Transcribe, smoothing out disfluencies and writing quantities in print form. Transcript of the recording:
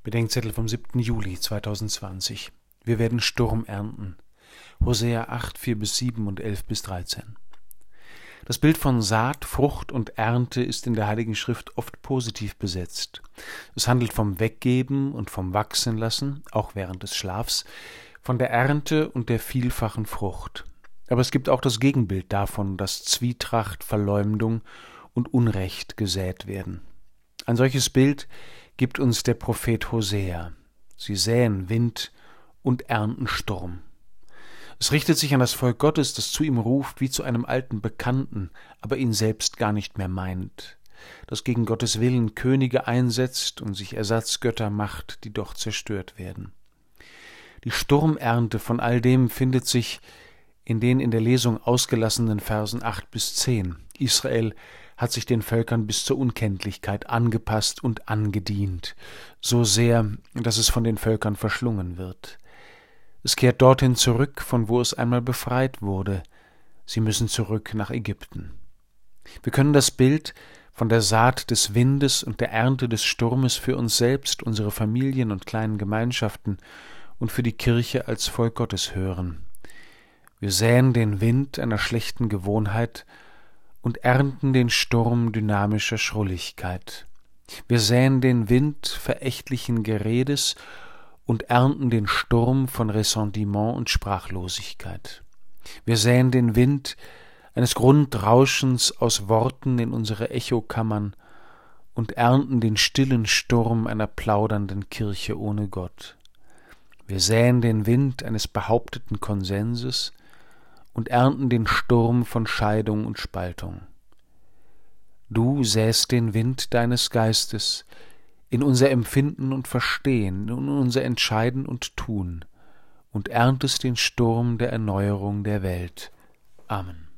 Bedenkzettel vom 7. Juli 2020. Wir werden Sturm ernten. Hosea 8, 4-7 und 11-13. Das Bild von Saat, Frucht und Ernte ist in der Heiligen Schrift oft positiv besetzt. Es handelt vom Weggeben und vom Wachsenlassen, auch während des Schlafs, von der Ernte und der vielfachen Frucht. Aber es gibt auch das Gegenbild davon, dass Zwietracht, Verleumdung und Unrecht gesät werden. Ein solches Bild gibt uns der Prophet Hosea. Sie säen Wind und ernten Sturm. Es richtet sich an das Volk Gottes, das zu ihm ruft wie zu einem alten Bekannten, aber ihn selbst gar nicht mehr meint, das gegen Gottes Willen Könige einsetzt und sich Ersatzgötter macht, die doch zerstört werden. Die Sturmernte von all dem findet sich in den in der Lesung ausgelassenen Versen 8-10. Israel hat sich den Völkern bis zur Unkenntlichkeit angepasst und angedient, so sehr, dass es von den Völkern verschlungen wird. Es kehrt dorthin zurück, von wo es einmal befreit wurde. Sie müssen zurück nach Ägypten. Wir können das Bild von der Saat des Windes und der Ernte des Sturmes für uns selbst, unsere Familien und kleinen Gemeinschaften und für die Kirche als Volk Gottes hören. Wir säen den Wind einer schlechten Gewohnheit und ernten den Sturm dynamischer Schrulligkeit. Wir säen den Wind verächtlichen Geredes und ernten den Sturm von Ressentiment und Sprachlosigkeit. Wir säen den Wind eines Grundrauschens aus Worten in unsere Echokammern und ernten den stillen Sturm einer plaudernden Kirche ohne Gott. Wir säen den Wind eines behaupteten Konsenses und ernten den Sturm von Scheidung und Spaltung. Du säst den Wind deines Geistes in unser Empfinden und Verstehen, in unser Entscheiden und Tun und erntest den Sturm der Erneuerung der Welt. Amen.